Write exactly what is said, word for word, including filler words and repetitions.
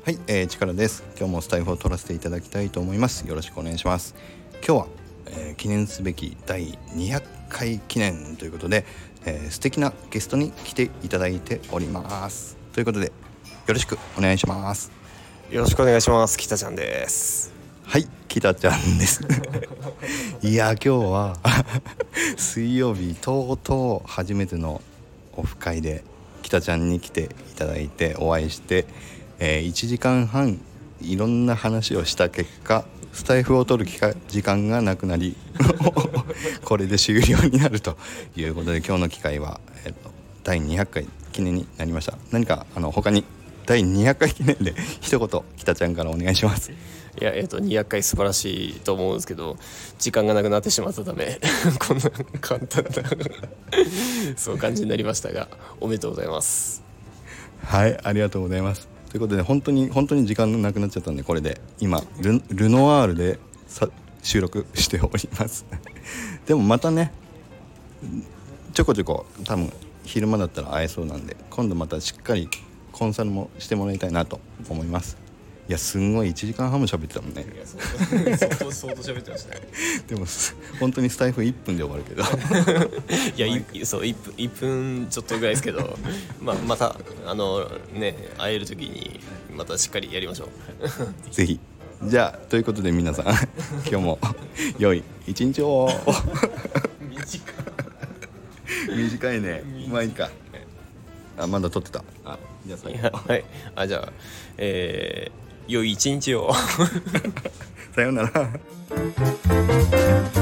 はい、えー、力です。今日もスタイフを取らせていただきたいと思います。よろしくお願いします。今日は、えー、記念すべきだいにひゃっかい記念ということで、えー、素敵なゲストに来ていただいております。ということでよろしくお願いします。 よろしくお願いします。北ちゃんです。 はい、北ちゃんですいや今日は水曜日とうとう初めてのオフ会で北ちゃんに来ていただいてお会いして、えー、いちじかんはんいろんな話をした結果スタイフを取る機会時間がなくなりこれで終了になるということで今日の機会は、えー、とだいにひゃっかい記念になりました。何かあの他にだいにひゃっかい記念で一言北ちゃんからお願いします。 いや、えっと、にひゃっかい素晴らしいと思うんですけど時間がなくなってしまったためこんな簡単なそう感じになりましたがおめでとうございます。 はい、ありがとうございます。ということで本当に本当に時間がなくなっちゃったんでこれで今 ル, ルノワールでさ収録しておりますでもまたねちょこちょこ多分昼間だったら会えそうなんで今度またしっかりコンサルもしてもらいたいなと思います。いやすんごいいちじかんはんも喋ってたもんね。 いや相当相当喋ってましたねでも本当にスタイフいっぷんで終わるけどいやいそう 1, 分いっぷんちょっとぐらいですけど、まあ、またあのね会える時にまたしっかりやりましょうぜひ。じゃあということで皆さん今日も良い一日を短いね。まあいいか。あまだ撮ってた。あじゃあ最後はいあじゃあえー、良い一日をさようなら